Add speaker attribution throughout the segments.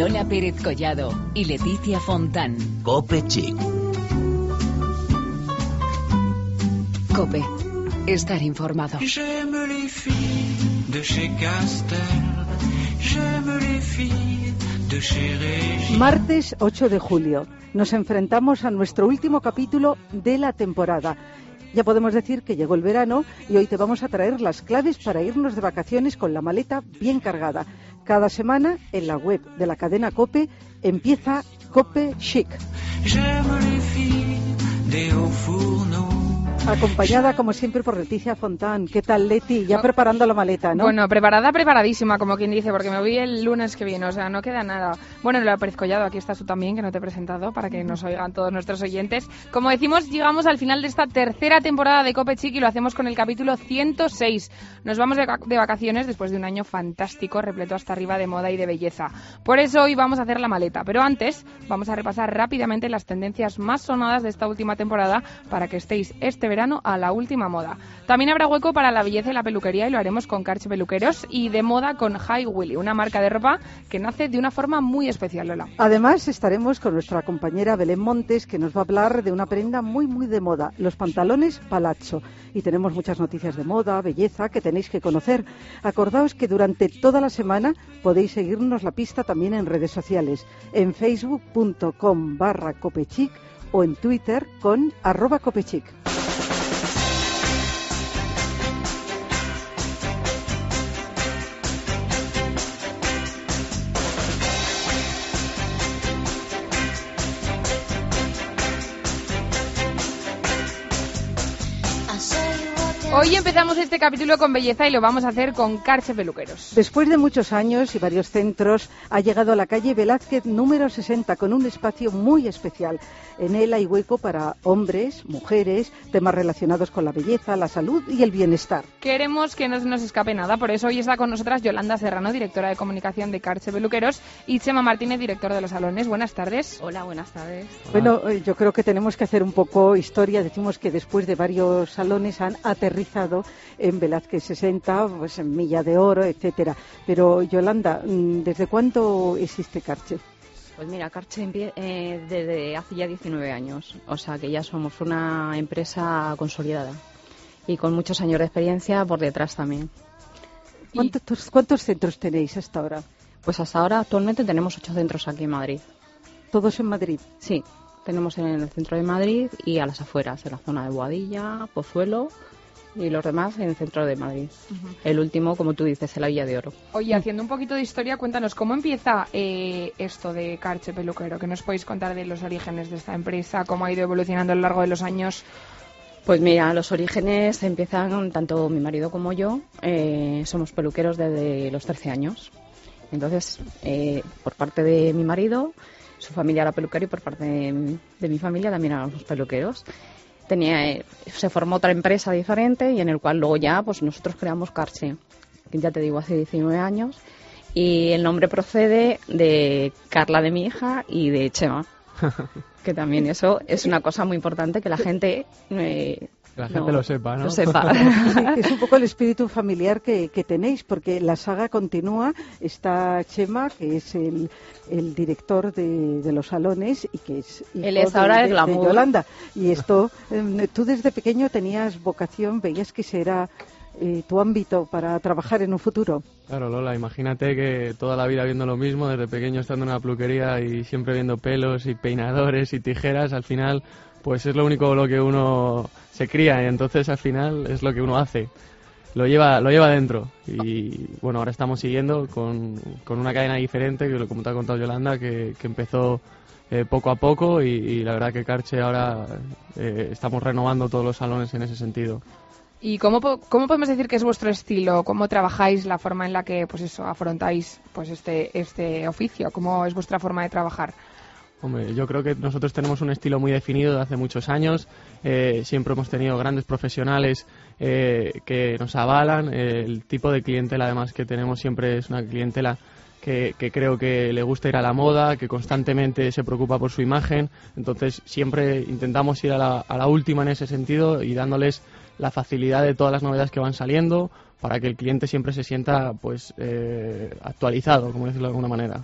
Speaker 1: Lola Pérez Collado y Leticia Fontán.
Speaker 2: Cope Chic.
Speaker 1: Cope. Estar informado.
Speaker 3: J'aime les filles de chez Castel. J'aime les filles de chez Régis.
Speaker 4: Martes 8 de julio. Nos enfrentamos a nuestro último capítulo de la temporada. Ya podemos decir que llegó el verano y hoy te vamos a traer las claves para irnos de vacaciones con la maleta bien cargada. Cada semana en la web de la cadena COPE empieza Cope Chic. Acompañada, como siempre, por Leticia Fontán. ¿Qué tal, Leti? Ya preparando la maleta, ¿no?
Speaker 5: Bueno, preparadísima, como quien dice, porque me voy el lunes que viene, o sea, no queda nada. Bueno, Lola Pérez Collado, aquí estás tú también, que no te he presentado, para que nos oigan todos nuestros oyentes. Como decimos, llegamos al final de esta tercera temporada de Cope Chic y lo hacemos con el capítulo 106. Nos vamos de vacaciones después de un año fantástico, repleto hasta arriba de moda y de belleza. Por eso hoy vamos a hacer la maleta, pero antes vamos a repasar rápidamente las tendencias más sonadas de esta última temporada para que estéis este verano a la última moda. También habrá hueco para la belleza y la peluquería y lo haremos con Carche Peluqueros y de moda con Hi Willy, una marca de ropa que nace de una forma muy especial, Lola.
Speaker 4: Además estaremos con nuestra compañera Belén Montes, que nos va a hablar de una prenda muy de moda, los pantalones palazzo. Y tenemos muchas noticias de moda, belleza que tenéis que conocer. Acordaos que durante toda la semana podéis seguirnos la pista también en redes sociales, en facebook.com/copechic o en Twitter con @copechic.
Speaker 5: Hoy empezamos este capítulo con belleza y lo vamos a hacer con Carche Peluqueros.
Speaker 4: Después de muchos años y varios centros, ha llegado a la calle Velázquez número 60 con un espacio muy especial. En él hay hueco para hombres, mujeres, temas relacionados con la belleza, la salud y el bienestar.
Speaker 5: Queremos que no se nos escape nada, por eso hoy está con nosotras Yolanda Serrano, directora de comunicación de Carche Peluqueros, y Chema Martínez, director de los salones. Buenas tardes.
Speaker 6: Hola, buenas tardes.
Speaker 4: Bueno, yo creo que tenemos que hacer un poco historia. Decimos que después de varios salones han aterrizado en Velázquez 60, pues en Milla de Oro, etcétera. Pero Yolanda, ¿desde cuándo existe Carche?
Speaker 6: Pues mira, Carche desde hace ya 19 años, o sea que ya somos una empresa consolidada y con muchos años de experiencia por detrás también.
Speaker 4: ¿Cuántos centros tenéis hasta ahora?
Speaker 6: Pues hasta ahora actualmente tenemos 8 centros aquí en Madrid.
Speaker 4: ¿Todos en Madrid?
Speaker 6: Sí, tenemos en el centro de Madrid y a las afueras, en la zona de Boadilla, Pozuelo y los demás en el centro de Madrid. El último, como tú dices, en la Villa de Oro.
Speaker 5: Oye, haciendo un poquito de historia, cuéntanos, ¿cómo empieza esto de Carche Peluquero? ¿Qué nos podéis contar de los orígenes de esta empresa? ¿Cómo ha ido evolucionando a lo largo de los años?
Speaker 6: Pues mira, los orígenes empiezan, tanto mi marido como yo, somos peluqueros desde los 13 años. Entonces, por parte de mi marido, su familia era peluquero y por parte de mi familia también éramos peluqueros. Se formó otra empresa diferente y en el cual luego ya pues nosotros creamos Carche, que ya te digo, hace 19 años, y el nombre procede de Carla, de mi hija, y de Chema, que también eso es una cosa muy importante que la gente
Speaker 7: lo sepa, ¿no?
Speaker 6: Lo sepa.
Speaker 4: Es un poco el espíritu familiar que tenéis, porque la saga continúa. Está Chema, que es el director de los salones y que es hijo
Speaker 6: Él es ahora el glamour.
Speaker 4: de Yolanda. Y esto, tú desde pequeño tenías vocación, veías que ese era tu ámbito para trabajar en un futuro.
Speaker 7: Claro, Lola, imagínate que toda la vida viendo lo mismo, desde pequeño estando en una peluquería y siempre viendo pelos y peinadores y tijeras, al final pues es lo único lo que uno se cría y entonces al final es lo que uno hace. Lo lleva dentro y bueno, ahora estamos siguiendo con una cadena diferente, que como te ha contado Yolanda, que empezó poco a poco y la verdad que Carche ahora estamos renovando todos los salones en ese sentido.
Speaker 5: ¿Y cómo podemos decir que es vuestro estilo? ¿Cómo trabajáis, la forma en la que pues eso, afrontáis pues este oficio? ¿Cómo es vuestra forma de trabajar?
Speaker 7: Hombre, yo creo que nosotros tenemos un estilo muy definido de hace muchos años. Siempre hemos tenido grandes profesionales que nos avalan. El tipo de clientela además que tenemos siempre es una clientela que creo que le gusta ir a la moda, que constantemente se preocupa por su imagen. Entonces siempre intentamos ir a la última en ese sentido y dándoles la facilidad de todas las novedades que van saliendo para que el cliente siempre se sienta pues actualizado, como decirlo de alguna manera.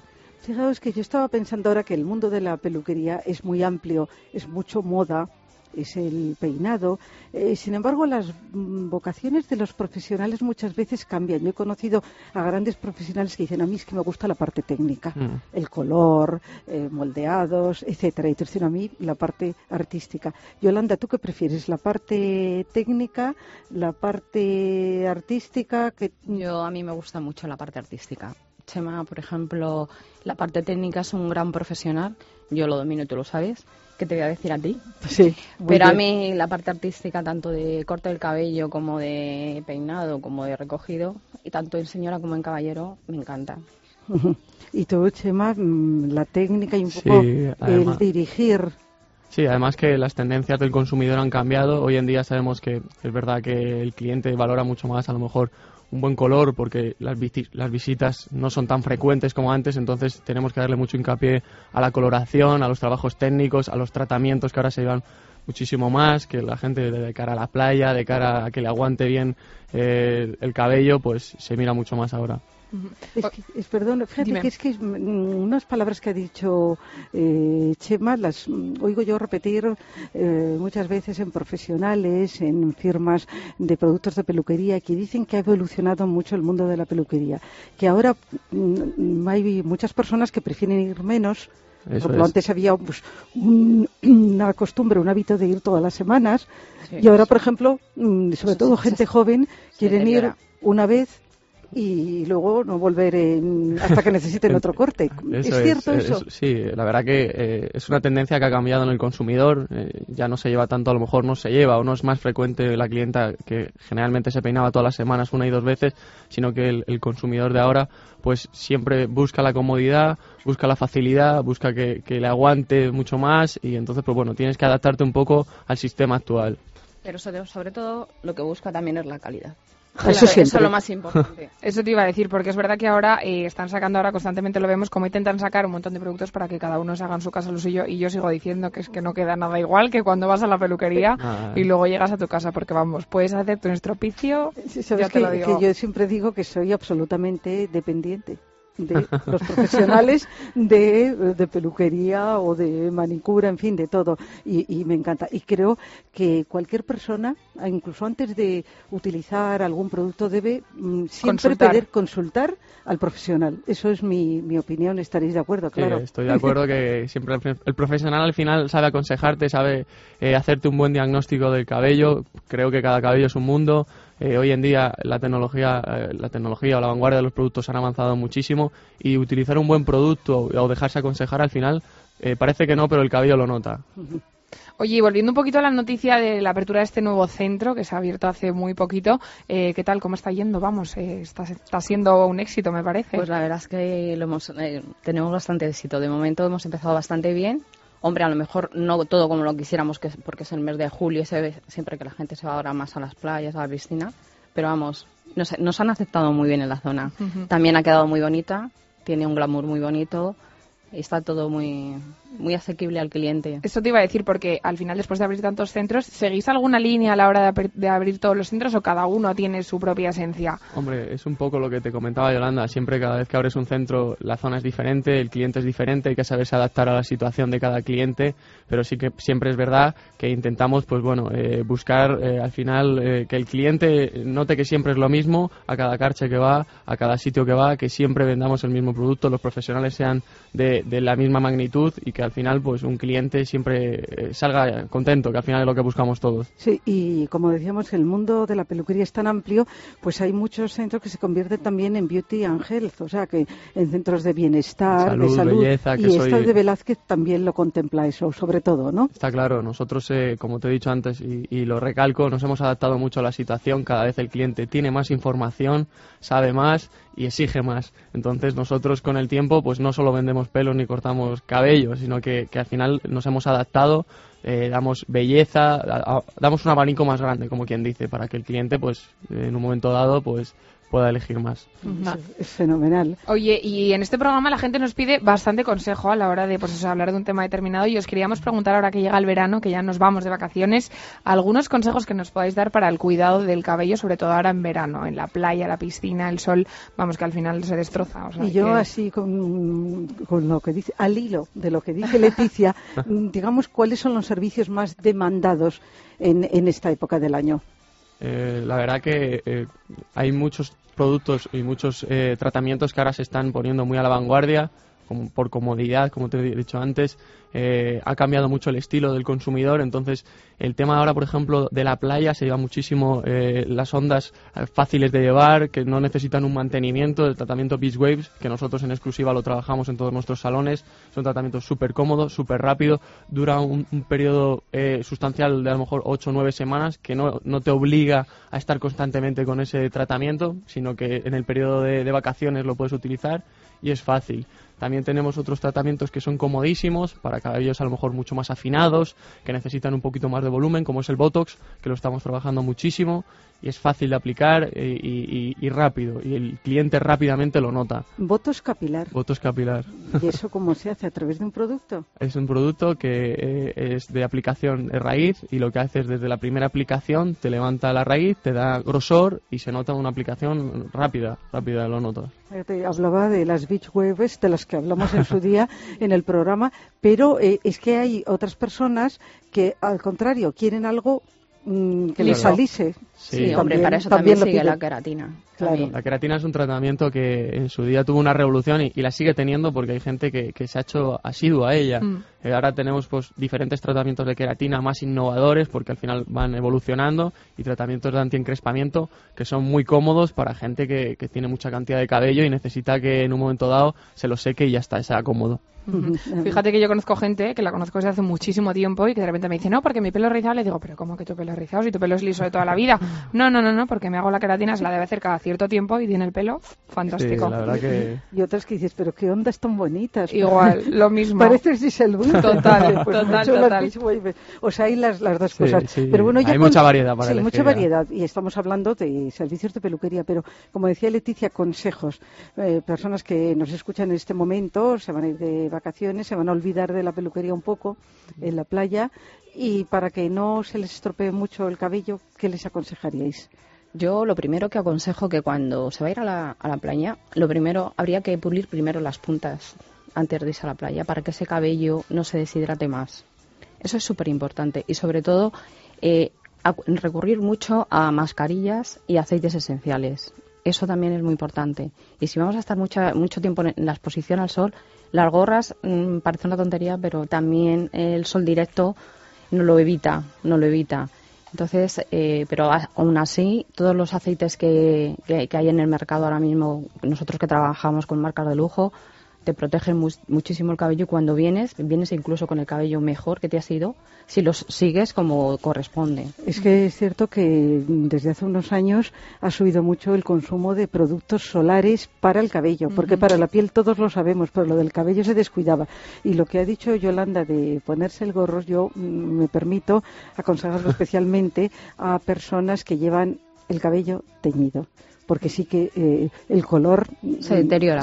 Speaker 4: Fijaos que yo estaba pensando ahora que el mundo de la peluquería es muy amplio, es mucho moda, es el peinado. Sin embargo, las vocaciones de los profesionales muchas veces cambian. Yo he conocido a grandes profesionales que dicen, a mí es que me gusta la parte técnica, el color, moldeados, etcétera. Y te dicen a mí la parte artística. Yolanda, ¿tú qué prefieres? ¿La parte técnica, la parte artística?
Speaker 6: A mí me gusta mucho la parte artística. Chema, por ejemplo, la parte técnica es un gran profesional. Yo lo domino, tú lo sabes. ¿Qué te voy a decir a ti?
Speaker 4: Sí.
Speaker 6: Pero
Speaker 4: bien.
Speaker 6: a mí la parte artística, tanto de corte del cabello como de peinado, como de recogido, y tanto en señora como en caballero, me encanta.
Speaker 4: Y tú, Chema, la técnica y un poco el dirigir.
Speaker 7: Sí, además que las tendencias del consumidor han cambiado. Hoy en día sabemos que es verdad que el cliente valora mucho más a lo mejor un buen color porque las visitas no son tan frecuentes como antes, entonces tenemos que darle mucho hincapié a la coloración, a los trabajos técnicos, a los tratamientos que ahora se llevan muchísimo más, que la gente de cara a la playa, de cara a que le aguante bien el cabello, pues se mira mucho más ahora.
Speaker 4: Perdón, fíjate que es que unas palabras que ha dicho Chema las oigo yo repetir muchas veces en profesionales, en firmas de productos de peluquería, que dicen que ha evolucionado mucho el mundo de la peluquería, que ahora hay muchas personas que prefieren ir menos. Por ejemplo, antes había pues, una costumbre, un hábito de ir todas las semanas, y ahora, por ejemplo, sobre todo gente joven, quieren ir una vez y luego no volver hasta que necesiten otro corte. ¿Es cierto eso?
Speaker 7: Sí, la verdad que es una tendencia que ha cambiado en el consumidor. Ya no se lleva tanto, a lo mejor no se lleva o no es más frecuente la clienta que generalmente se peinaba todas las semanas 1 y 2 veces, sino que el consumidor de ahora pues siempre busca la comodidad, busca la facilidad, busca que le aguante mucho más y entonces pues bueno, tienes que adaptarte un poco al sistema actual.
Speaker 6: Pero sobre todo lo que busca también es la calidad.
Speaker 4: Eso
Speaker 6: es lo más importante.
Speaker 5: Eso te iba a decir, porque es verdad que ahora están sacando, ahora constantemente lo vemos, como intentan sacar un montón de productos para que cada uno se haga en su casa lo suyo, y yo sigo diciendo que es que no queda nada igual que cuando vas a la peluquería y luego llegas a tu casa, porque vamos, puedes hacerte un estropicio,
Speaker 4: ¿sabes
Speaker 5: ya te lo digo.
Speaker 4: Que yo siempre digo que soy absolutamente dependiente de los profesionales de peluquería o de manicura, en fin, de todo, y me encanta, y creo que cualquier persona, incluso antes de utilizar algún producto, debe siempre poder consultar al profesional. Eso es mi opinión. ¿Estaréis de acuerdo? Claro.
Speaker 7: Sí, estoy de acuerdo que siempre el profesional al final sabe aconsejarte, sabe hacerte un buen diagnóstico del cabello. Creo que cada cabello es un mundo. Hoy en día la tecnología o la vanguardia de los productos han avanzado muchísimo y utilizar un buen producto o dejarse aconsejar al final parece que no, pero el cabello lo nota.
Speaker 5: Oye, volviendo un poquito a la noticia de la apertura de este nuevo centro que se ha abierto hace muy poquito, ¿qué tal? ¿Cómo está yendo? Vamos, está siendo un éxito, me parece.
Speaker 6: Pues la verdad es que tenemos bastante éxito. De momento hemos empezado bastante bien. Hombre, a lo mejor no todo como lo quisiéramos, porque es el mes de julio, se ve siempre que la gente se va ahora más a las playas, a la piscina, pero vamos, nos han aceptado muy bien en la zona. También ha quedado muy bonita, tiene un glamour muy bonito, y está todo muy asequible al cliente.
Speaker 5: Eso te iba a decir, porque al final, después de abrir tantos centros, ¿seguís alguna línea a la hora de abrir todos los centros o cada uno tiene su propia esencia?
Speaker 7: Hombre, es un poco lo que te comentaba Yolanda. Siempre, cada vez que abres un centro, la zona es diferente, el cliente es diferente, hay que saberse adaptar a la situación de cada cliente, pero sí que siempre es verdad que intentamos, pues bueno, buscar al final que el cliente note que siempre es lo mismo a cada carche que va, a cada sitio que va, que siempre vendamos el mismo producto, los profesionales sean de la misma magnitud y que al final pues un cliente siempre salga contento, que al final es lo que buscamos todos.
Speaker 4: Sí, y como decíamos, el mundo de la peluquería es tan amplio, pues hay muchos centros que se convierten también en beauty and health, o sea que en centros de bienestar, de salud,
Speaker 7: belleza,
Speaker 4: y esto de Velázquez también lo contempla eso, sobre todo, ¿no?
Speaker 7: Está claro, nosotros, como te he dicho antes y lo recalco, nos hemos adaptado mucho a la situación, cada vez el cliente tiene más información, sabe más y exige más. Entonces nosotros con el tiempo pues no solo vendemos pelos ni cortamos cabello, sino que al final nos hemos adaptado, damos belleza, damos un abanico más grande, como quien dice, para que el cliente pues en un momento dado pues pueda elegir más.
Speaker 4: Es fenomenal.
Speaker 5: Oye, y en este programa la gente nos pide bastante consejo a la hora de, pues eso, hablar de un tema determinado, y os queríamos preguntar, ahora que llega el verano, que ya nos vamos de vacaciones, algunos consejos que nos podáis dar para el cuidado del cabello, sobre todo ahora en verano, en la playa, la piscina, el sol, vamos, que al final se destroza. O sea,
Speaker 4: y yo
Speaker 5: que...
Speaker 4: así, con lo que dice, al hilo de lo que dice Leticia, digamos, ¿cuáles son los servicios más demandados en esta época del año?
Speaker 7: La verdad que hay muchos productos y muchos tratamientos que ahora se están poniendo muy a la vanguardia, como por comodidad, como te he dicho antes. Ha cambiado mucho el estilo del consumidor, entonces el tema ahora, por ejemplo, de la playa, se lleva muchísimo las ondas fáciles de llevar, que no necesitan un mantenimiento. El tratamiento Beach Waves, que nosotros en exclusiva lo trabajamos en todos nuestros salones, son tratamientos súper cómodos, súper rápido, dura un periodo sustancial de a lo mejor 8 o 9 semanas, que no te obliga a estar constantemente con ese tratamiento, sino que en el periodo de vacaciones lo puedes utilizar y es fácil. También tenemos otros tratamientos que son comodísimos para cabellos a lo mejor mucho más afinados, que necesitan un poquito más de volumen, como es el Botox, que lo estamos trabajando muchísimo y es fácil de aplicar y rápido, y el cliente rápidamente lo nota.
Speaker 4: Botox capilar.
Speaker 7: Botox capilar.
Speaker 4: ¿Y eso cómo se hace? ¿A través de un producto?
Speaker 7: Es un producto que es de aplicación de raíz, y lo que hace es desde la primera aplicación te levanta la raíz, te da grosor y se nota una aplicación rápida, lo notas.
Speaker 4: Te hablaba de las Beach Waves, de las que hablamos en su día en el programa, pero es que hay otras personas que, al contrario, quieren algo que les alise.
Speaker 6: Sí, hombre, para eso también sigue la queratina.
Speaker 4: Claro.
Speaker 7: La queratina es un tratamiento que en su día tuvo una revolución y la sigue teniendo, porque hay gente que se ha hecho asidua a ella. Ahora tenemos pues diferentes tratamientos de queratina más innovadores, porque al final van evolucionando, y tratamientos de antiencrespamiento que son muy cómodos para gente que tiene mucha cantidad de cabello y necesita que en un momento dado se lo seque y ya está, sea cómodo.
Speaker 5: Fíjate que yo conozco gente que la conozco desde hace muchísimo tiempo y que de repente me dice, no, porque mi pelo es rizado. Le digo, pero ¿cómo que tu pelo es rizado si tu pelo es liso de toda la vida? No, porque me hago la queratina, se la debe hacer cada cierto tiempo y tiene el pelo fantástico.
Speaker 7: Sí, la verdad que...
Speaker 4: Y otras que dices, pero qué ondas tan bonitas.
Speaker 5: Igual, lo mismo.
Speaker 4: Pareces Giselle Bunce.
Speaker 5: Total.
Speaker 4: O sea, hay las dos cosas.
Speaker 7: Sí.
Speaker 4: Pero bueno, ya
Speaker 7: hay mucha variedad para elegir.
Speaker 4: Mucha variedad. Y estamos hablando de servicios de peluquería, pero como decía Leticia, consejos. Personas que nos escuchan en este momento se van a ir de vacaciones, se van a olvidar de la peluquería un poco en la playa, y para que no se les estropee mucho el cabello, ¿qué les aconsejaríais?
Speaker 6: Yo lo primero que aconsejo, que cuando se va a ir a la playa, lo primero habría que pulir primero las puntas antes de irse a la playa, para que ese cabello no se deshidrate más. Eso es súper importante, y sobre todo recurrir mucho a mascarillas y aceites esenciales. Eso también es muy importante. Y si vamos a estar mucho tiempo en la exposición al sol, las gorras parece una tontería, pero también el sol directo no lo evita. Entonces, pero aún así, todos los aceites que hay en el mercado ahora mismo, nosotros que trabajamos con marcas de lujo, te protegen muchísimo el cabello, y cuando vienes incluso con el cabello mejor que te has ido, si los sigues como corresponde.
Speaker 4: Es que es cierto que desde hace unos años ha subido mucho el consumo de productos solares para el cabello, porque para la piel todos lo sabemos, pero lo del cabello se descuidaba. Y lo que ha dicho Yolanda de ponerse el gorro, yo me permito aconsejarlo especialmente a personas que llevan el cabello teñido, porque sí que el color
Speaker 6: se deteriora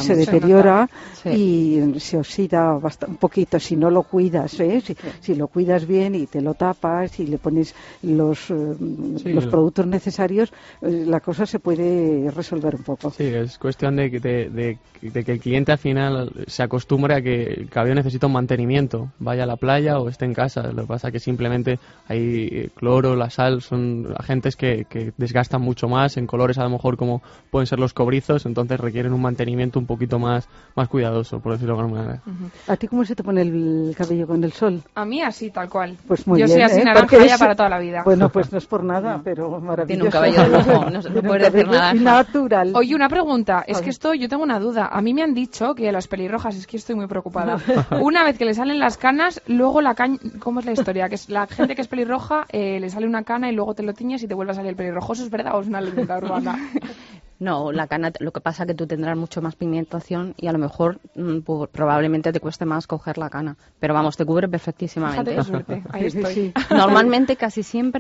Speaker 4: sí. Y se oxida un poquito si no lo cuidas, si lo cuidas bien y te lo tapas y le pones los productos necesarios, la cosa se puede resolver un poco.
Speaker 7: Sí, es cuestión de que el cliente al final se acostumbre a que el cabello necesita un mantenimiento, vaya a la playa o esté en casa. Lo que pasa es que simplemente hay cloro, la sal, son agentes que desgastan mucho más en colores a lo mejor como pueden ser los cobrizos, entonces requieren un mantenimiento un poquito más cuidadoso, por decirlo de alguna manera.
Speaker 4: ¿A ti cómo se te pone el cabello con el sol?
Speaker 5: A mí así, tal cual.
Speaker 4: Pues muy
Speaker 5: yo
Speaker 4: bien,
Speaker 5: soy así naranja ya para toda la vida.
Speaker 4: Bueno, pues no es por nada, pero maravilloso.
Speaker 6: Tiene un cabello de lujo, no puede decir nada.
Speaker 4: Natural.
Speaker 5: Oye, una pregunta, es que yo tengo una duda. A mí me han dicho que las pelirrojas, es que estoy muy preocupada. Una vez que le salen las canas, luego ¿cómo es la historia? Que es la gente que es pelirroja, le sale una cana y luego te lo tiñes y te vuelve a salir el pelirrojo. ¿Eso es verdad o es una leyenda urbana?
Speaker 6: No, la cana, lo que pasa es que tú tendrás mucho más pigmentación y a lo mejor probablemente te cueste más coger la cana. Pero vamos, te cubre perfectísimamente.
Speaker 5: Fíjate qué suerte. Ahí estoy.
Speaker 6: Normalmente, casi siempre,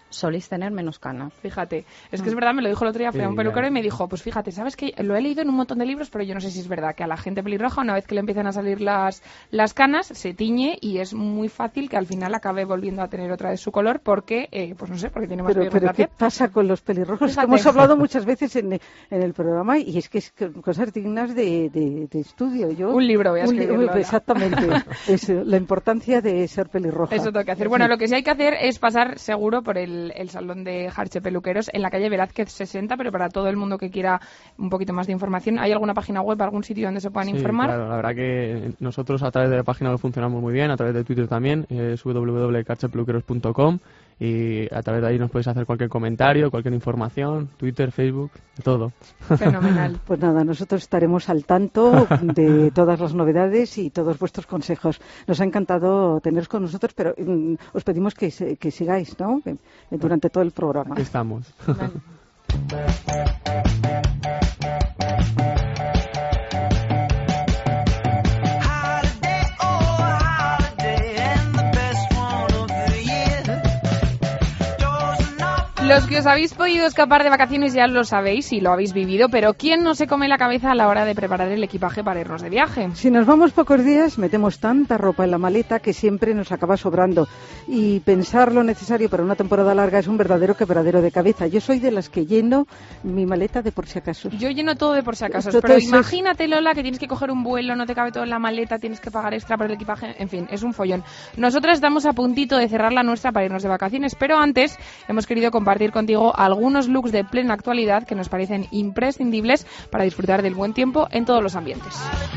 Speaker 6: soléis tener menos canas.
Speaker 5: Fíjate, es que es verdad, me lo dijo el otro día, fui a un peluquero
Speaker 7: claro.
Speaker 5: y me dijo, pues fíjate, ¿sabes qué? Lo he leído en un montón de libros, pero yo no sé si es verdad, que a la gente pelirroja, una vez que le empiezan a salir las canas, se tiñe y es muy fácil que al final acabe volviendo a tener otra vez su color porque, pues no sé, porque tiene más
Speaker 4: Pero ¿qué pasa con los pelirrojos?
Speaker 5: Fíjate.
Speaker 4: Hemos hablado muchas veces en el programa y es que es cosas dignas de estudio. Yo,
Speaker 5: Un libro voy a escribirlo ahora.
Speaker 4: Exactamente, es la importancia de ser pelirroja.
Speaker 5: Eso tengo que hacer. Bueno, lo que sí hay que hacer es pasar seguro por el salón de Jarche Peluqueros en la calle Velázquez 60, pero para todo el mundo que quiera un poquito más de información, ¿hay alguna página web, algún sitio donde se puedan
Speaker 7: Sí,
Speaker 5: informar?
Speaker 7: Claro, la verdad que nosotros a través de la página web funcionamos muy bien, a través de Twitter también, es www.carchepeluqueros.com y a través de ahí nos podéis hacer cualquier comentario, cualquier información, Twitter, Facebook, todo.
Speaker 5: Fenomenal.
Speaker 4: Pues nada, nosotros estaremos al tanto de todas las novedades y todos vuestros consejos. Nos ha encantado teneros con nosotros, pero os pedimos que sigáis, ¿no? Durante todo el programa.
Speaker 7: Aquí estamos.
Speaker 5: Vale. Los que os habéis podido escapar de vacaciones ya lo sabéis y lo habéis vivido, pero ¿quién no se come la cabeza a la hora de preparar el equipaje para irnos de viaje?
Speaker 4: Si nos vamos pocos días, metemos tanta ropa en la maleta que siempre nos acaba sobrando. Y pensar lo necesario para una temporada larga es un verdadero quebradero de cabeza. Yo soy de las que lleno mi maleta de por si acaso.
Speaker 5: Yo lleno todo de por si acaso,
Speaker 4: Esto
Speaker 5: pero
Speaker 4: es-
Speaker 5: imagínate, Lola, que tienes que coger un vuelo, no te cabe todo en la maleta, tienes que pagar extra por el equipaje, en fin, es un follón. Nosotras estamos a puntito de cerrar la nuestra para irnos de vacaciones, pero antes hemos querido compartir contigo algunos looks de plena actualidad que nos parecen imprescindibles para disfrutar del buen tiempo en todos los ambientes.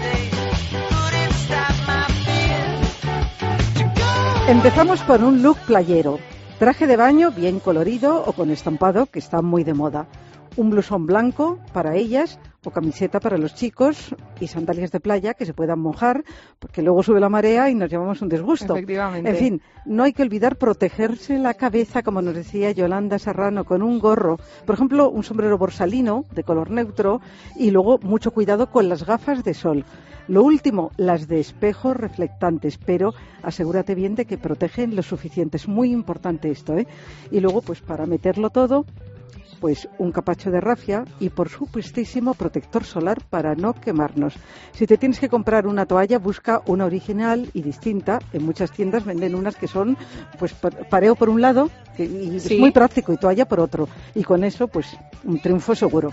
Speaker 4: Empezamos por un look playero. Traje de baño bien colorido o con estampado, que está muy de moda. Un blusón blanco para ellas o camiseta para los chicos y sandalias de playa que se puedan mojar porque luego sube la marea y nos llevamos un disgusto.
Speaker 5: Efectivamente.
Speaker 4: En fin, no hay que olvidar protegerse la cabeza, como nos decía Yolanda Serrano, con un gorro. Por ejemplo, un sombrero borsalino de color neutro y luego mucho cuidado con las gafas de sol. Lo último, las de espejos reflectantes, pero asegúrate bien de que protegen lo suficiente. Es muy importante esto, ¿eh? Y luego, pues para meterlo todo, pues un capacho de rafia y por supuestísimo protector solar para no quemarnos. Si te tienes que comprar una toalla, busca una original y distinta. En muchas tiendas venden unas que son pues pareo por un lado y
Speaker 5: Sí.
Speaker 4: es muy práctico y toalla por otro. Y con eso pues un triunfo seguro.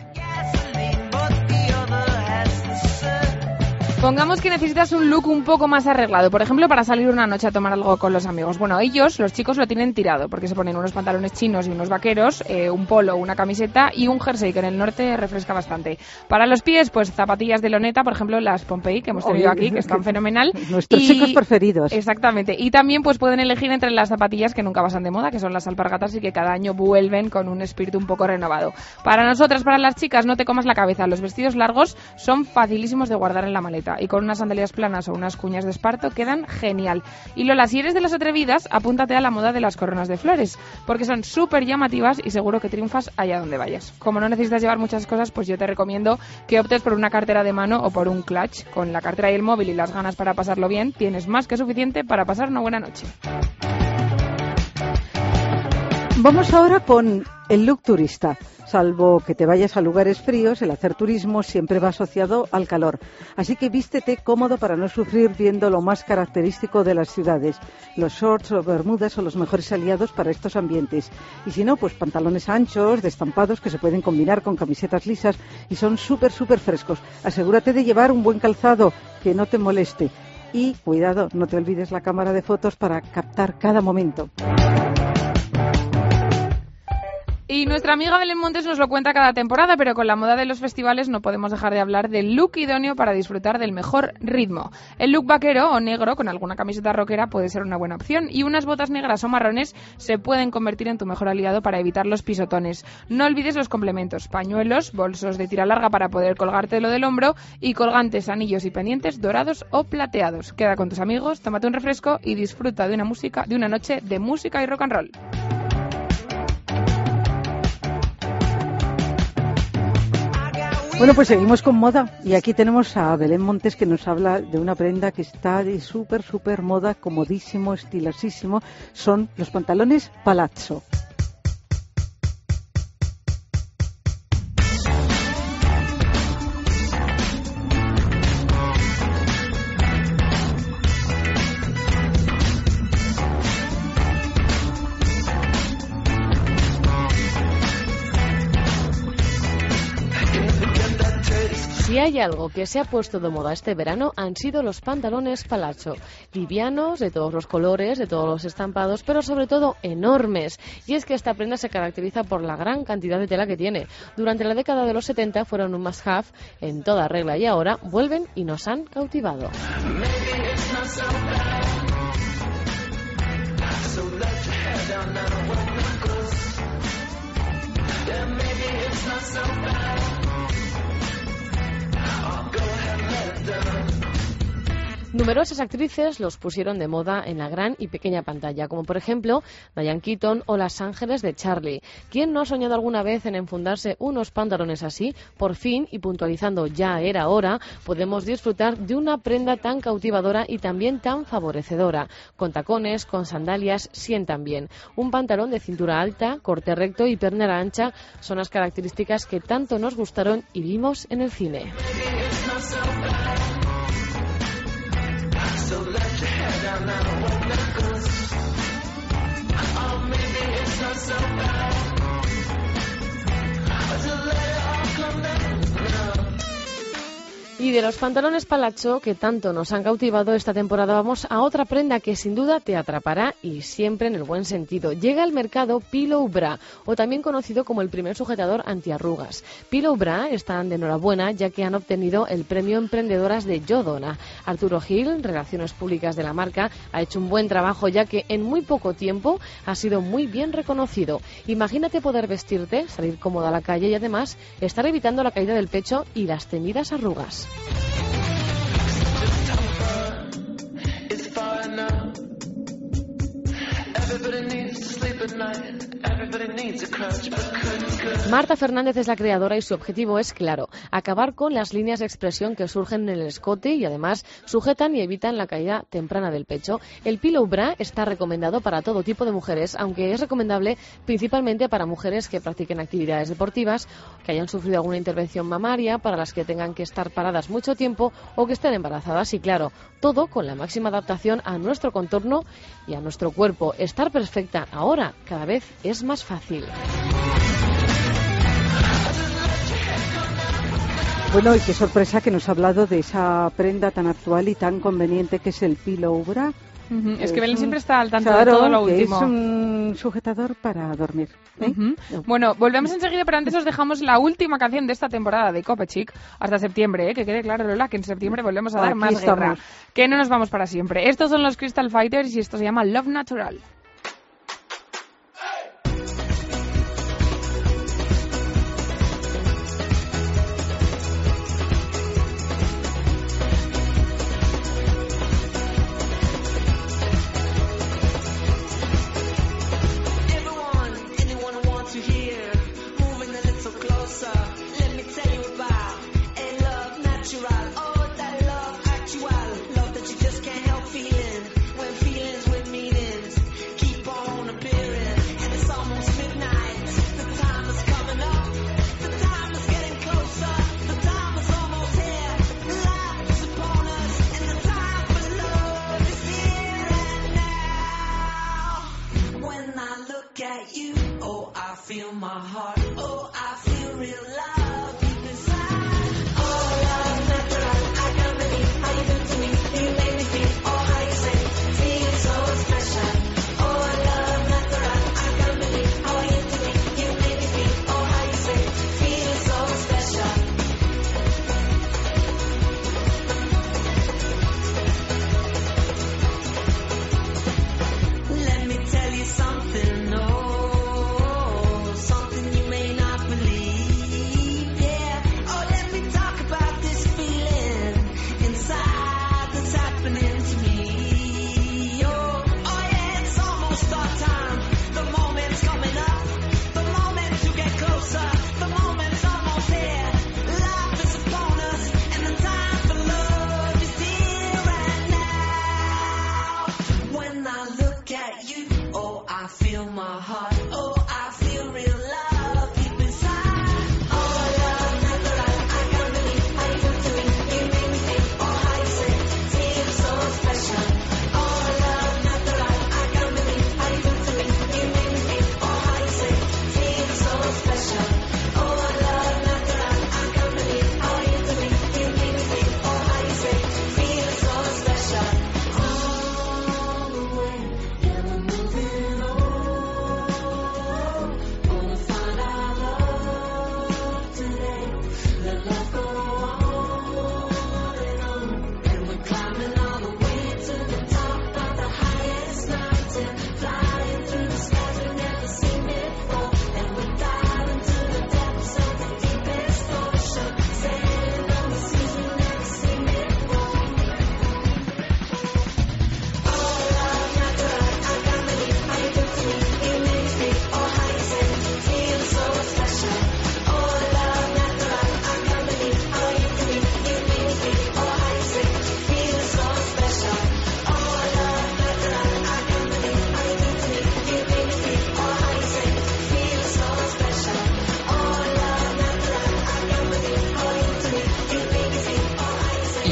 Speaker 5: Pongamos que necesitas un look un poco más arreglado, por ejemplo, para salir una noche a tomar algo con los amigos. Bueno, ellos, los chicos, lo tienen tirado, porque se ponen unos pantalones chinos y unos vaqueros, un polo, una camiseta y un jersey, que en el norte refresca bastante. Para los pies, pues zapatillas de loneta, por ejemplo, las Pompey, que hemos tenido aquí, que están fenomenal.
Speaker 4: Nuestros chicos preferidos.
Speaker 5: Exactamente. Y también pues pueden elegir entre las zapatillas que nunca pasan de moda, que son las alpargatas y que cada año vuelven con un espíritu un poco renovado. Para nosotras, para las chicas, no te comas la cabeza. Los vestidos largos son facilísimos de guardar en la maleta y con unas sandalias planas o unas cuñas de esparto quedan genial. Y Lola, si eres de las atrevidas, apúntate a la moda de las coronas de flores, porque son súper llamativas y seguro que triunfas allá donde vayas. Como no necesitas llevar muchas cosas, pues yo te recomiendo que optes por una cartera de mano o por un clutch. Con la cartera y el móvil y las ganas para pasarlo bien, tienes más que suficiente para pasar una buena noche.
Speaker 4: Vamos ahora con el look turista. Salvo que te vayas a lugares fríos, el hacer turismo siempre va asociado al calor. Así que vístete cómodo para no sufrir viendo lo más característico de las ciudades. Los shorts o bermudas son los mejores aliados para estos ambientes. Y si no, pues pantalones anchos, de estampados, que se pueden combinar con camisetas lisas y son súper frescos. Asegúrate de llevar un buen calzado que no te moleste. Y cuidado, no te olvides la cámara de fotos para captar cada momento.
Speaker 5: Y nuestra amiga Belén Montes nos lo cuenta cada temporada, pero con la moda de los festivales no podemos dejar de hablar del look idóneo para disfrutar del mejor ritmo. El look vaquero o negro con alguna camiseta rockera puede ser una buena opción y unas botas negras o marrones se pueden convertir en tu mejor aliado para evitar los pisotones. No olvides los complementos, pañuelos, bolsos de tira larga para poder colgártelo del hombro y colgantes, anillos y pendientes dorados o plateados. Queda con tus amigos, tómate un refresco y disfruta de una noche de música y rock and roll.
Speaker 4: Bueno, pues seguimos con moda y aquí tenemos a Belén Montes que nos habla de una prenda que está de súper moda, comodísimo, estilosísimo. Son los pantalones palazzo.
Speaker 2: Si hay algo que se ha puesto de moda este verano han sido los pantalones palazzo, livianos, de todos los colores, de todos los estampados, pero sobre todo enormes. Y es que esta prenda se caracteriza por la gran cantidad de tela que tiene. Durante la década de los 70 fueron un must-have en toda regla y ahora vuelven y nos han cautivado. Numerosas actrices los pusieron de moda en la gran y pequeña pantalla, como por ejemplo Diane Keaton o Las Ángeles de Charlie. ¿Quién no ha soñado alguna vez en enfundarse unos pantalones así? Por fin, y puntualizando ya era hora, podemos disfrutar de una prenda tan cautivadora y también tan favorecedora. Con tacones, con sandalias, sientan bien. Un pantalón de cintura alta, corte recto y pernera ancha son las características que tanto nos gustaron y vimos en el cine. So let your head down now, what goes? Oh, maybe it's not so bad. To let it all come down now. Y de los pantalones palazzo que tanto nos han cautivado esta temporada vamos a otra prenda que sin duda te atrapará y siempre en el buen sentido. Llega al mercado Pillow Bra, o también conocido como el primer sujetador antiarrugas. Pillow Bra están de enhorabuena ya que han obtenido el premio Emprendedoras de Yodona. Arturo Gil, Relaciones Públicas de la marca, ha hecho un buen trabajo ya que en muy poco tiempo ha sido muy bien reconocido. Imagínate poder vestirte, salir cómoda a la calle y además estar evitando la caída del pecho y las temidas arrugas. Marta Fernández es la creadora y su objetivo es claro, acabar con las líneas de expresión que surgen en el escote y además sujetan y evitan la caída temprana del pecho. El Pillow Bra está recomendado para todo tipo de mujeres, aunque es recomendable principalmente para mujeres que practiquen actividades deportivas, que hayan sufrido alguna intervención mamaria, para las que tengan que estar paradas mucho tiempo o que estén embarazadas y claro, todo con la máxima adaptación a nuestro contorno y a nuestro cuerpo. Estar perfecta ahora cada vez es más fácil.
Speaker 4: Bueno, y qué sorpresa que nos ha hablado de esa prenda tan actual y tan conveniente que es el Pillow Bra.
Speaker 5: Es que Belén siempre está al tanto de todo lo último.
Speaker 4: Es un sujetador para dormir.
Speaker 5: Bueno, volvemos enseguida, pero antes os dejamos la última canción de esta temporada de Cope Chic hasta septiembre, que quede claro, Lola, que en septiembre volvemos a dar más guerra. Que no nos vamos para siempre. Estos son los Crystal Fighters y esto se llama Love Natural.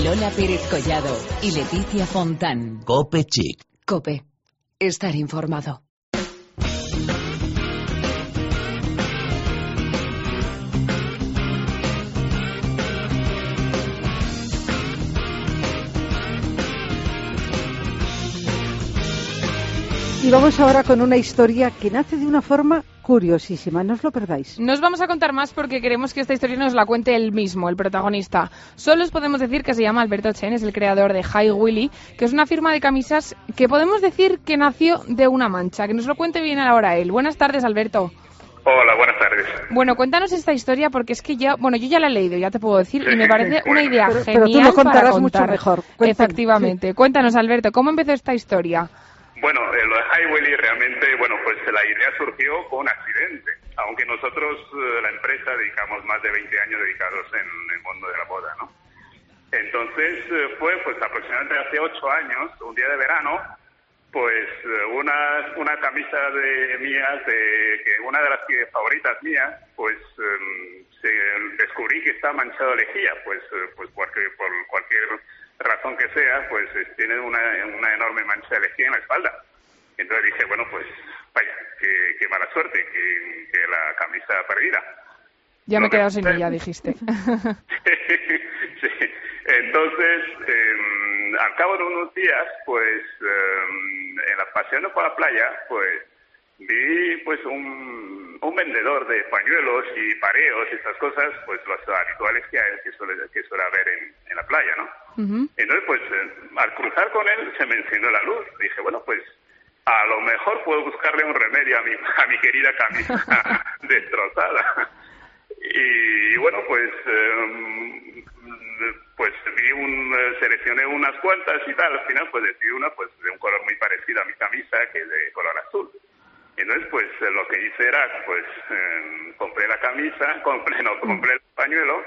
Speaker 1: Lola Pérez Collado y Leticia Fontán.
Speaker 8: Cope Chic.
Speaker 1: Cope. Estar informado.
Speaker 4: Y vamos ahora con una historia que nace de una forma curiosísima, no os lo perdáis.
Speaker 5: No os vamos a contar más porque queremos que esta historia nos la cuente él mismo, el protagonista. Solo os podemos decir que se llama Alberto Chen, es el creador de Hi Willy, que es una firma de camisas que podemos decir que nació de una mancha. Que nos lo cuente bien ahora él. Buenas tardes, Alberto.
Speaker 9: Hola, buenas tardes.
Speaker 5: Bueno, cuéntanos esta historia porque es que yo ya la he leído, ya te puedo decir, y me parece una idea genial
Speaker 4: pero tú lo contarás
Speaker 5: para contar.
Speaker 4: mucho mejor.
Speaker 5: Efectivamente. Cuéntanos, Alberto, ¿cómo empezó esta historia?
Speaker 9: Bueno, lo de Hi Willy realmente, pues la idea surgió con un accidente. Aunque nosotros, la empresa, dedicamos más de 20 años dedicados en el mundo de la moda, ¿no? Entonces fue pues aproximadamente hace 8 años, un día de verano, pues una camisa de mías, que una de las favoritas mías, pues descubrí que está manchado de lejía, pues porque por cualquier razón que sea, pues tiene una enorme mancha de lejía en la espalda. Entonces dije, bueno, pues vaya, qué mala suerte, que la camisa perdida.
Speaker 5: Ya me he quedado sin ella, dijiste.
Speaker 9: Sí. Entonces, al cabo de unos días, pues paseando por la playa, pues vi pues un vendedor de pañuelos y pareos y estas cosas, pues los habituales que suele haber en la playa, ¿no? Uh-huh. Entonces, pues al cruzar con él se me encendió la luz. Dije, bueno, pues a lo mejor puedo buscarle un remedio a mi querida camisa destrozada. Y bueno, pues seleccioné unas cuantas y tal. Al final pues decidí una pues de un color muy parecido a mi camisa, que es de color azul. Entonces pues lo que hice era pues compré la camisa, compré el pañuelo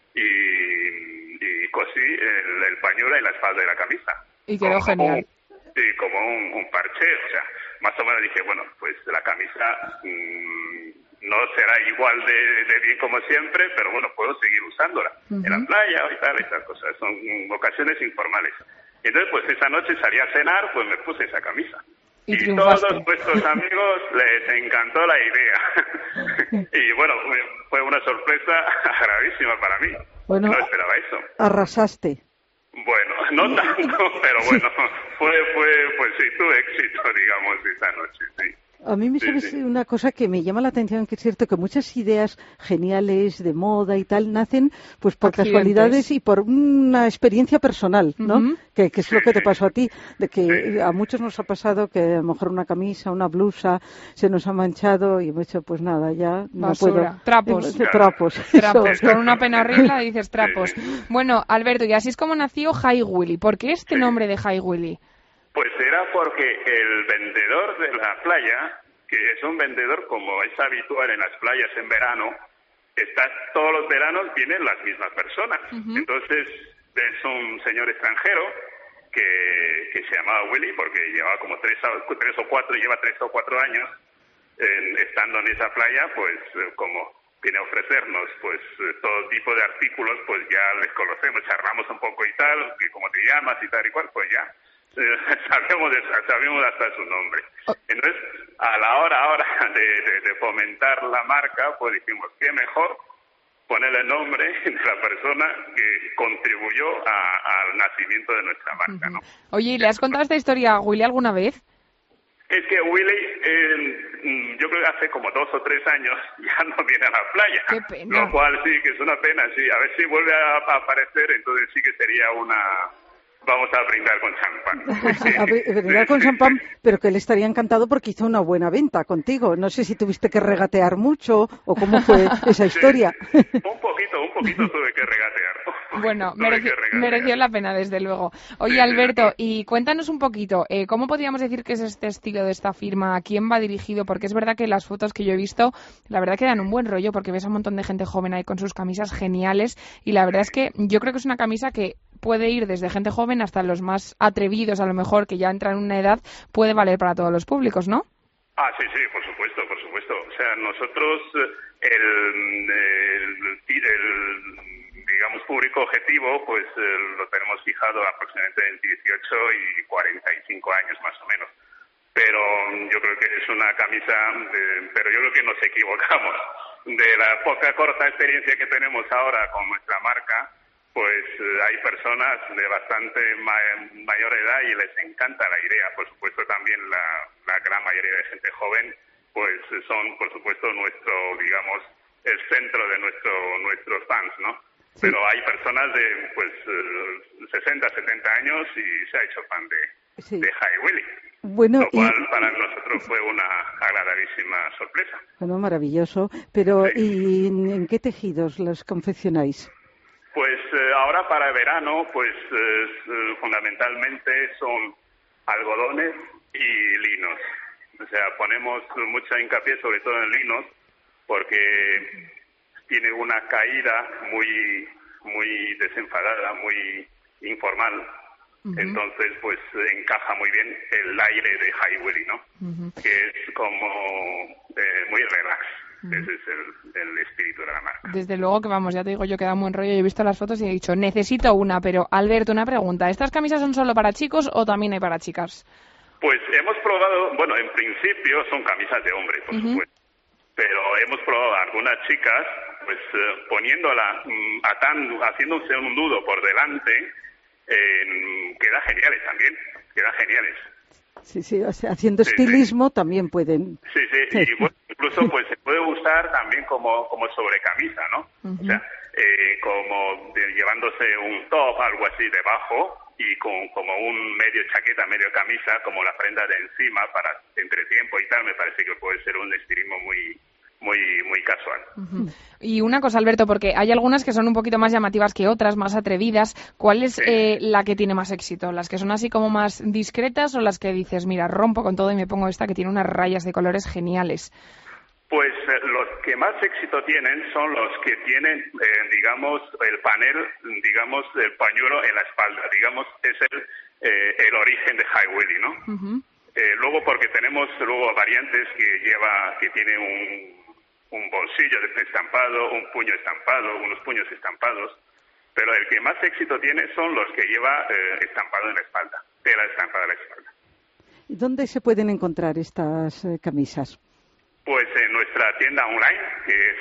Speaker 9: y cosí el pañuelo en la espalda de la camisa.
Speaker 5: Y quedó genial.
Speaker 9: Sí, como un parche, o sea, más o menos dije, bueno, pues la camisa no será igual de bien como siempre, pero bueno, puedo seguir usándola en la playa y tal, estas cosas, son ocasiones informales. Entonces, pues esa noche salí a cenar, pues me puse esa camisa. Y todos nuestros amigos les encantó la idea. Y bueno, fue una sorpresa gravísima para mí.
Speaker 4: Bueno,
Speaker 9: no esperaba eso.
Speaker 4: Arrasaste.
Speaker 9: Bueno, no tanto, pero bueno, pues sí, tuve éxito, digamos, esa noche, sí.
Speaker 4: A mí me sabes una cosa que me llama la atención, que es cierto que muchas ideas geniales de moda y tal nacen pues por casualidades y por una experiencia personal, ¿no? Uh-huh. Que es lo que te pasó a ti, de que a muchos nos ha pasado que a lo mejor una camisa, una blusa se nos ha manchado y hemos hecho pues nada, ya no
Speaker 5: basura,
Speaker 4: puedo.
Speaker 5: Trapos, con una pena horrible dices trapos. Bueno, Alberto, y así es como nació Hi Willy. ¿Por qué este nombre de Hi Willy?
Speaker 9: Pues era porque el vendedor de la playa, que es un vendedor como es habitual en las playas en verano, todos los veranos vienen las mismas personas. Uh-huh. Entonces es un señor extranjero que se llamaba Willy porque lleva como 3 o 4 años estando en esa playa, pues como viene a ofrecernos pues todo tipo de artículos, pues ya les conocemos, charlamos un poco y tal, que cómo te llamas y tal y cual, pues ya sabemos hasta su nombre. Entonces, a la hora ahora de fomentar la marca, pues dijimos, qué mejor ponerle el nombre de la persona que contribuyó al nacimiento de nuestra marca, ¿no?
Speaker 5: Oye, ¿le has contado esta historia a Willy alguna vez?
Speaker 9: Es que Willy, yo creo que hace como 2 o 3 años ya no viene a la playa.
Speaker 5: Qué pena.
Speaker 9: Lo cual sí que es una pena, sí. A ver si vuelve a aparecer, entonces sí que sería vamos a brindar con champán.
Speaker 4: A brindar con champán, pero que él estaría encantado porque hizo una buena venta contigo. No sé si tuviste que regatear mucho o cómo fue esa historia.
Speaker 9: Un poquito tuve que regatear.
Speaker 5: Bueno, mereció la pena, desde luego. Oye, Alberto, y cuéntanos un poquito, ¿cómo podríamos decir que es este estilo de esta firma? ¿A quién va dirigido? Porque es verdad que las fotos que yo he visto, la verdad que dan un buen rollo, porque ves a un montón de gente joven ahí con sus camisas geniales, y la verdad es que yo creo que es una camisa que puede ir desde gente joven hasta los más atrevidos, a lo mejor, que ya entran en una edad, puede valer para todos los públicos, ¿no?
Speaker 9: Ah, sí, por supuesto. O sea, nosotros, el digamos, público público objetivo pues lo tenemos fijado aproximadamente en 18 y 45 años más o menos. Pero yo creo que es una camisa, pero yo creo que nos equivocamos. De la corta experiencia que tenemos ahora con nuestra marca, pues hay personas de bastante mayor edad y les encanta la idea. Por supuesto también la gran mayoría de gente joven, pues son por supuesto el centro de nuestros fans, ¿no? Sí. Pero hay personas de 60, 70 años y se ha hecho fan de High Willy.
Speaker 4: Bueno,
Speaker 9: lo cual para nosotros fue una agradabilísima sorpresa.
Speaker 4: Bueno, maravilloso. Pero ¿y en qué tejidos los confeccionáis?
Speaker 9: Pues ahora para verano, pues fundamentalmente son algodones y linos. O sea, ponemos mucho hincapié sobre todo en linos porque tiene una caída muy desenfadada, muy informal. Uh-huh. Entonces, pues encaja muy bien el aire de High Willy, ¿no? Uh-huh. Que es como muy relax. Uh-huh. Ese es el espíritu de la marca.
Speaker 5: Desde luego que vamos, ya te digo yo que da un buen rollo. Yo he visto las fotos y he dicho, necesito una. Pero, Alberto, una pregunta. ¿Estas camisas son solo para chicos o también hay para chicas?
Speaker 9: Pues hemos probado, bueno, en principio son camisas de hombre, por supuesto. Pero hemos probado algunas chicas, pues poniéndola, haciéndose un nudo por delante. Queda geniales también, quedan geniales.
Speaker 4: Sí, o sea, haciendo estilismo también pueden.
Speaker 9: Sí, y bueno, incluso pues se puede usar también como sobrecamisa, ¿no? Uh-huh. O sea, como llevándose un top, algo así debajo y como un medio chaqueta, medio camisa, como la prenda de encima para entretiempo y tal, me parece que puede ser un estilismo muy casual.
Speaker 5: Uh-huh. Y una cosa, Alberto, porque hay algunas que son un poquito más llamativas que otras, más atrevidas. ¿Cuál es la que tiene más éxito? ¿Las que son así como más discretas o las que dices, mira, rompo con todo y me pongo esta que tiene unas rayas de colores geniales?
Speaker 9: Pues los que más éxito tienen son los que tienen, el panel, el pañuelo en la espalda. Es el origen de High Willy, ¿no? Uh-huh. Luego porque tenemos variantes que tienen un bolsillo estampado, un puño estampado, unos puños estampados, pero el que más éxito tiene son los que lleva estampado en la espalda, tela estampada en la espalda.
Speaker 4: ¿Y dónde se pueden encontrar estas camisas?
Speaker 9: Pues en nuestra tienda online, que es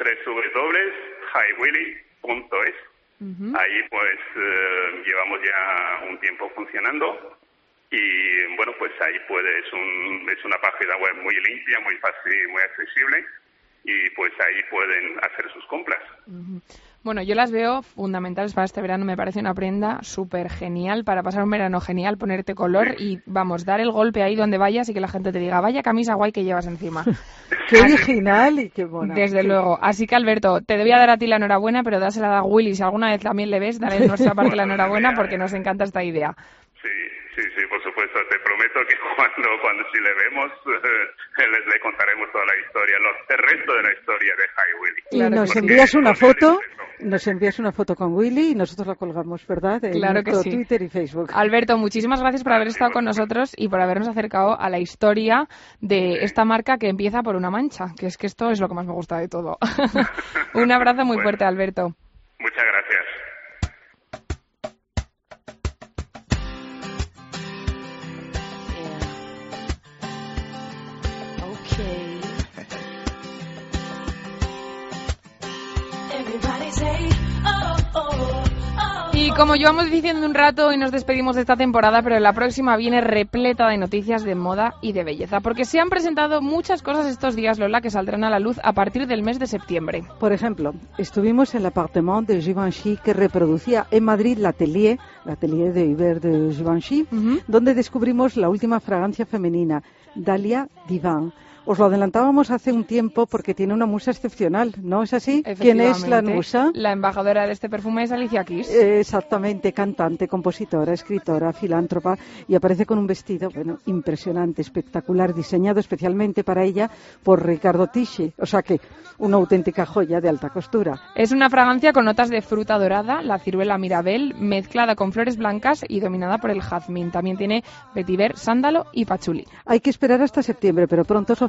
Speaker 9: www.highwilly.es. Uh-huh. Ahí pues llevamos ya un tiempo funcionando. Y bueno, pues ahí es una página web muy limpia, muy fácil, muy accesible y pues ahí pueden hacer sus compras.
Speaker 5: Uh-huh. Bueno, yo las veo fundamentales para este verano, me parece una prenda súper genial para pasar un verano genial, ponerte color y vamos, dar el golpe ahí donde vayas y que la gente te diga, vaya camisa guay que llevas encima.
Speaker 4: Qué original y qué buena.
Speaker 5: Desde luego. Así que, Alberto, te debía dar a ti la enhorabuena, pero dásela a Willy. Si alguna vez también le ves, dale de nuestra parte la enhorabuena porque nos encanta esta idea.
Speaker 9: Sí, por supuesto. Te prometo que cuando si le vemos, le contaremos toda la historia, el resto de la historia de High Willy.
Speaker 4: Claro, y nos envías una foto con Willy y nosotros la colgamos, ¿verdad? En nuestro Twitter y Facebook.
Speaker 5: Alberto, muchísimas gracias por haber estado con nosotros y por habernos acercado a la historia de esta marca que empieza por una mancha, que es que esto es lo que más me gusta de todo. Un abrazo muy fuerte, Alberto.
Speaker 9: Muchas gracias.
Speaker 5: Y como llevamos diciendo un rato y nos despedimos de esta temporada, pero la próxima viene repleta de noticias de moda y de belleza, porque se han presentado muchas cosas estos días, Lola, que saldrán a la luz a partir del mes de septiembre.
Speaker 4: Por ejemplo, estuvimos en el appartement de Givenchy que reproducía en Madrid l'atelier de Hubert de Givenchy, donde descubrimos la última fragancia femenina, Dahlia Divine. Os lo adelantábamos hace un tiempo porque tiene una musa excepcional, ¿no es así? ¿Quién es la musa?
Speaker 5: La embajadora de este perfume es Alicia Keys.
Speaker 4: Exactamente, cantante, compositora, escritora, filántropa, y aparece con un vestido, impresionante, espectacular, diseñado especialmente para ella por Riccardo Tisci, o sea que una auténtica joya de alta costura.
Speaker 5: Es una fragancia con notas de fruta dorada, la ciruela mirabel, mezclada con flores blancas y dominada por el jazmín. También tiene vetiver, sándalo y pachuli.
Speaker 4: Hay que esperar hasta septiembre, pero pronto os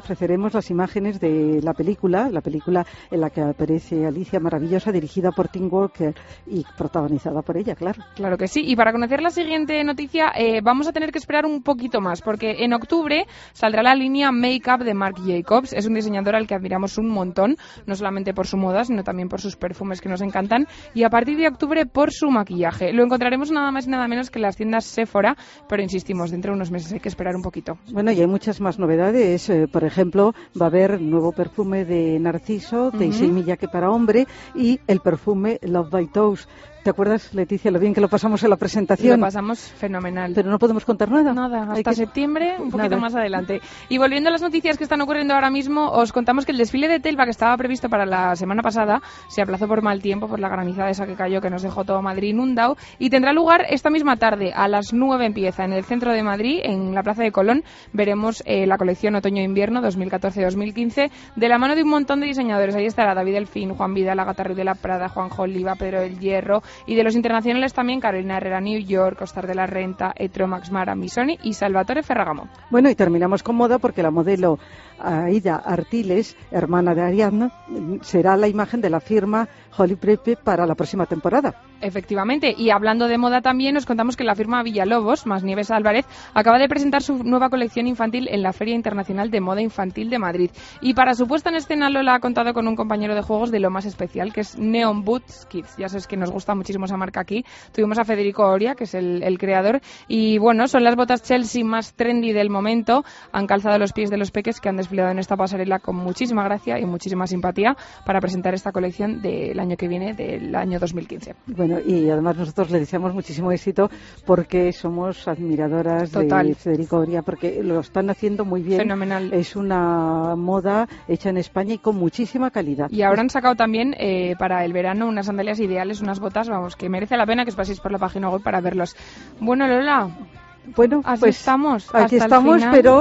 Speaker 4: ofreceremos las imágenes de la película en la que aparece Alicia maravillosa, dirigida por Tim Walker y protagonizada por ella, claro.
Speaker 5: Claro que sí. Y para conocer la siguiente noticia vamos a tener que esperar un poquito más, porque en octubre saldrá la línea Make-up de Marc Jacobs. Es un diseñador al que admiramos un montón, no solamente por su moda, sino también por sus perfumes que nos encantan, y a partir de octubre por su maquillaje. Lo encontraremos nada más y nada menos que en las tiendas Sephora, pero insistimos, dentro de unos meses hay que esperar un poquito.
Speaker 4: Bueno, y hay muchas más novedades. Por ejemplo, va a haber nuevo perfume de Narciso, de Issey Miyake para hombre, y el perfume Love by Toast. ¿Te acuerdas, Leticia, lo bien que lo pasamos en la presentación?
Speaker 5: Lo pasamos fenomenal.
Speaker 4: Pero no podemos contar nada.
Speaker 5: Nada, hasta septiembre, un poquito más adelante. Y volviendo a las noticias que están ocurriendo ahora mismo, os contamos que el desfile de Telva, que estaba previsto para la semana pasada, se aplazó por mal tiempo, por la granizada esa que cayó, que nos dejó todo Madrid inundado, y tendrá lugar esta misma tarde, a las 9 empieza, en el centro de Madrid, en la Plaza de Colón. Veremos la colección Otoño-Invierno 2014-2015, de la mano de un montón de diseñadores. Ahí estará David Delfín, Juan Vidal, Agatha Ruiz de la Prada, Juanjo Oliva, Pedro del Hierro, y de los internacionales también Carolina Herrera, New York, Ostar de la Renta, Etro, Max Mara, Missoni y Salvatore Ferragamo.
Speaker 4: Bueno, y terminamos con moda porque la modelo Aida Artiles, hermana de Ariadna, será la imagen de la firma Holly Pepe para la próxima temporada.
Speaker 5: Efectivamente, y hablando de moda también, nos contamos que la firma Villalobos, más Nieves Álvarez, acaba de presentar su nueva colección infantil en la Feria Internacional de Moda Infantil de Madrid. Y para su puesta en escena, Lola ha contado con un compañero de juegos de lo más especial, que es Neon Boots Kids. Ya sabes que nos gusta muchísimo esa marca aquí. Tuvimos a Federico Oria, que es el creador, y bueno, son las botas Chelsea más trendy del momento. Han calzado los pies de los peques, que han desfilado en esta pasarela con muchísima gracia y muchísima simpatía para presentar esta colección del año que viene, del año 2015.
Speaker 4: Bueno, y además nosotros le deseamos muchísimo éxito porque somos admiradoras de Federico Oria, porque lo están haciendo muy bien.
Speaker 5: Fenomenal.
Speaker 4: Es una moda hecha en España y con muchísima calidad.
Speaker 5: Y ahora han sacado también para el verano unas sandalias ideales, unas botas, vamos, que merece la pena que os paséis por la página web para verlos. Bueno, Lola,
Speaker 4: bueno,
Speaker 5: pues estamos.
Speaker 4: Aquí estamos, pero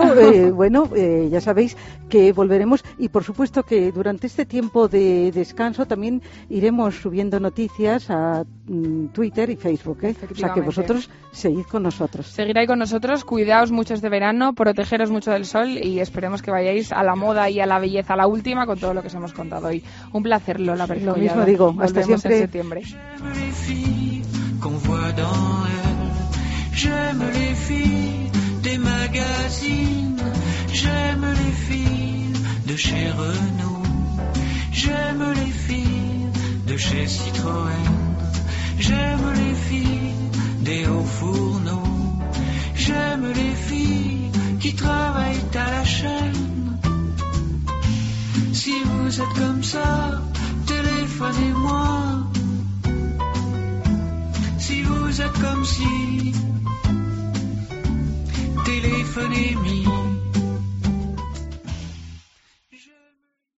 Speaker 4: ya sabéis que volveremos y por supuesto que durante este tiempo de descanso también iremos subiendo noticias a Twitter y Facebook, O sea que vosotros seguid con nosotros.
Speaker 5: Seguid ahí con nosotros, cuidaos mucho este verano, protegeros mucho del sol y esperemos que vayáis a la moda y a la belleza, a la última, con todo lo que os hemos contado hoy. Un placer, Lola.
Speaker 4: Lo mismo digo, hasta siempre.
Speaker 5: En septiembre.
Speaker 3: J'aime les filles des magazines, j'aime les filles de chez Renault, j'aime les filles de chez Citroën, j'aime les filles des hauts fourneaux, j'aime les filles qui travaillent à la chaîne. Si vous êtes comme ça, téléphonez-moi. Si vous êtes comme si, téléphonez-moi.